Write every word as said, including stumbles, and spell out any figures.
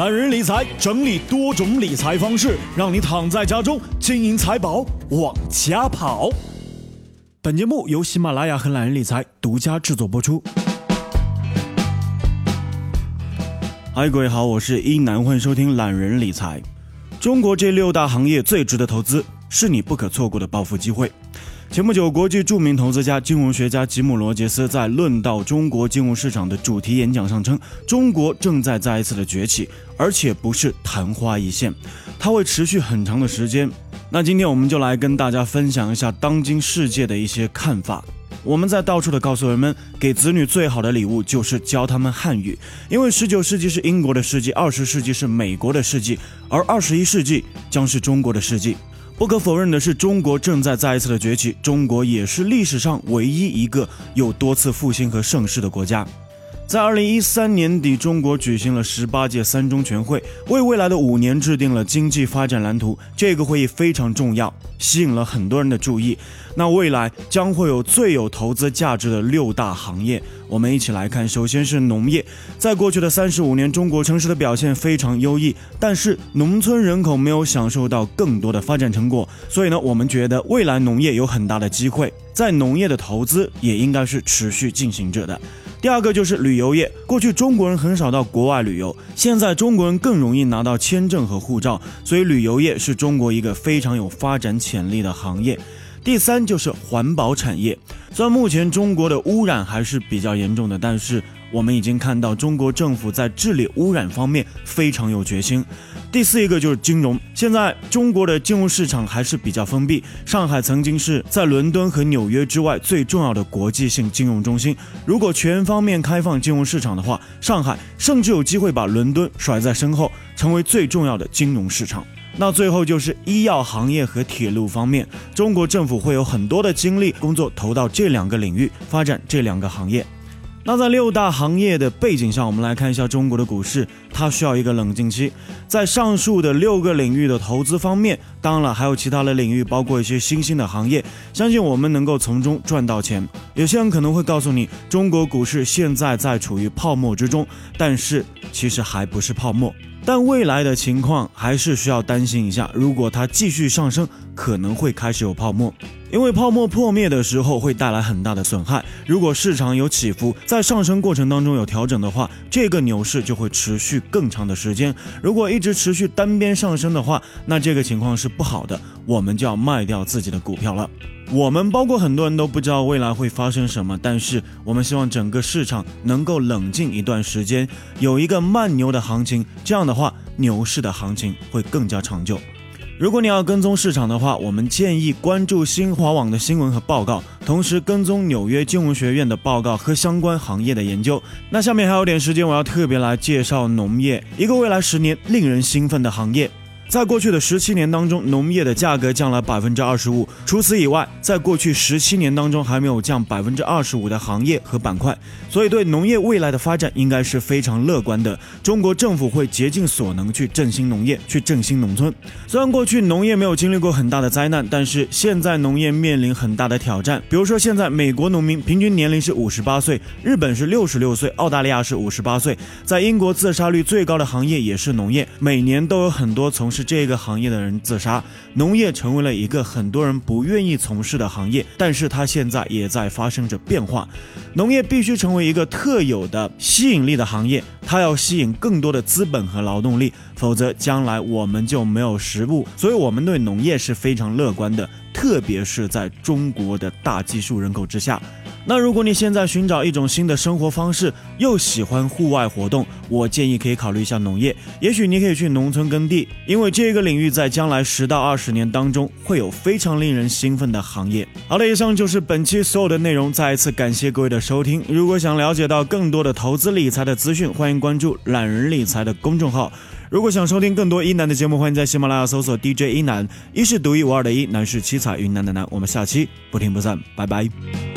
懒人理财整理多种理财方式，让你躺在家中，金银财宝往家跑。本节目由喜马拉雅和懒人理财独家制作播出。嗨，各位好，我是一南，欢迎收听懒人理财。中国这六大行业最值得投资，是你不可错过的暴富机会。前不久，国际著名投资家、金融学家吉姆·罗杰斯在论到中国金融市场的主题演讲上称，中国正在再一次的崛起，而且不是昙花一现，它会持续很长的时间。那今天我们就来跟大家分享一下当今世界的一些看法。我们在到处的告诉人们，给子女最好的礼物就是教他们汉语，因为十九世纪是英国的世纪，二十世纪是美国的世纪，而二十一世纪将是中国的世纪。不可否认的是，中国正在再一次的崛起，中国也是历史上唯一一个有多次复兴和盛世的国家。在二零一三年底，中国举行了十八届三中全会，为未来的五年制定了经济发展蓝图。这个会议非常重要，吸引了很多人的注意。那未来将会有最有投资价值的六大行业，我们一起来看。首先是农业，在过去的三十五年，中国城市的表现非常优异，但是农村人口没有享受到更多的发展成果，所以呢，我们觉得未来农业有很大的机会，在农业的投资也应该是持续进行着的。第二个就是旅游业，过去中国人很少到国外旅游，现在中国人更容易拿到签证和护照，所以旅游业是中国一个非常有发展潜力的行业。第三就是环保产业，虽然目前中国的污染还是比较严重的，但是我们已经看到中国政府在治理污染方面非常有决心。第四一个就是金融，现在中国的金融市场还是比较封闭，上海曾经是在伦敦和纽约之外最重要的国际性金融中心，如果全方面开放金融市场的话，上海甚至有机会把伦敦甩在身后，成为最重要的金融市场。那最后就是医药行业和铁路方面，中国政府会有很多的精力工作投到这两个领域，发展这两个行业。那在六大行业的背景下，我们来看一下中国的股市，它需要一个冷静期。在上述的六个领域的投资方面，当然了还有其他的领域，包括一些新兴的行业，相信我们能够从中赚到钱。有些人可能会告诉你，中国股市现在在处于泡沫之中，但是其实还不是泡沫。但未来的情况还是需要担心一下，如果它继续上升，可能会开始有泡沫，因为泡沫破灭的时候会带来很大的损害。如果市场有起伏，在上升过程当中有调整的话，这个牛市就会持续更长的时间。如果一直持续单边上升的话，那这个情况是不好的，我们就要卖掉自己的股票了。我们包括很多人都不知道未来会发生什么，但是我们希望整个市场能够冷静一段时间，有一个慢牛的行情，这样的话牛市的行情会更加长久。如果你要跟踪市场的话，我们建议关注新华网的新闻和报告，同时跟踪纽约金融学院的报告和相关行业的研究。那下面还有点时间，我要特别来介绍农业，一个未来十年令人兴奋的行业。在过去的十七年当中，农业的价格降了 百分之二十五， 除此以外，在过去十七年当中还没有降 百分之二十五 的行业和板块，所以对农业未来的发展应该是非常乐观的。中国政府会竭尽所能去振兴农业，去振兴农村。虽然过去农业没有经历过很大的灾难，但是现在农业面临很大的挑战。比如说现在美国农民平均年龄是五十八岁，日本是六十六岁，澳大利亚是五十八岁，在英国自杀率最高的行业也是农业，每年都有很多从事这个行业的人自杀。农业成为了一个很多人不愿意从事的行业，但是它现在也在发生着变化。农业必须成为一个特有的吸引力的行业，它要吸引更多的资本和劳动力，否则将来我们就没有食物。所以我们对农业是非常乐观的，特别是在中国的大基数人口之下。那如果你现在寻找一种新的生活方式，又喜欢户外活动，我建议可以考虑一下农业。也许你可以去农村耕地，因为这个领域在将来十到二十年当中会有非常令人兴奋的行业。好的，以上就是本期所有的内容，再一次感谢各位的收听。如果想了解到更多的投资理财的资讯，欢迎关注懒人理财的公众号。如果想收听更多一南的节目，欢迎在喜马拉雅搜索 D J 一南，一是独一无二的一，南是七彩云南的南。我们下期不听不散，拜拜。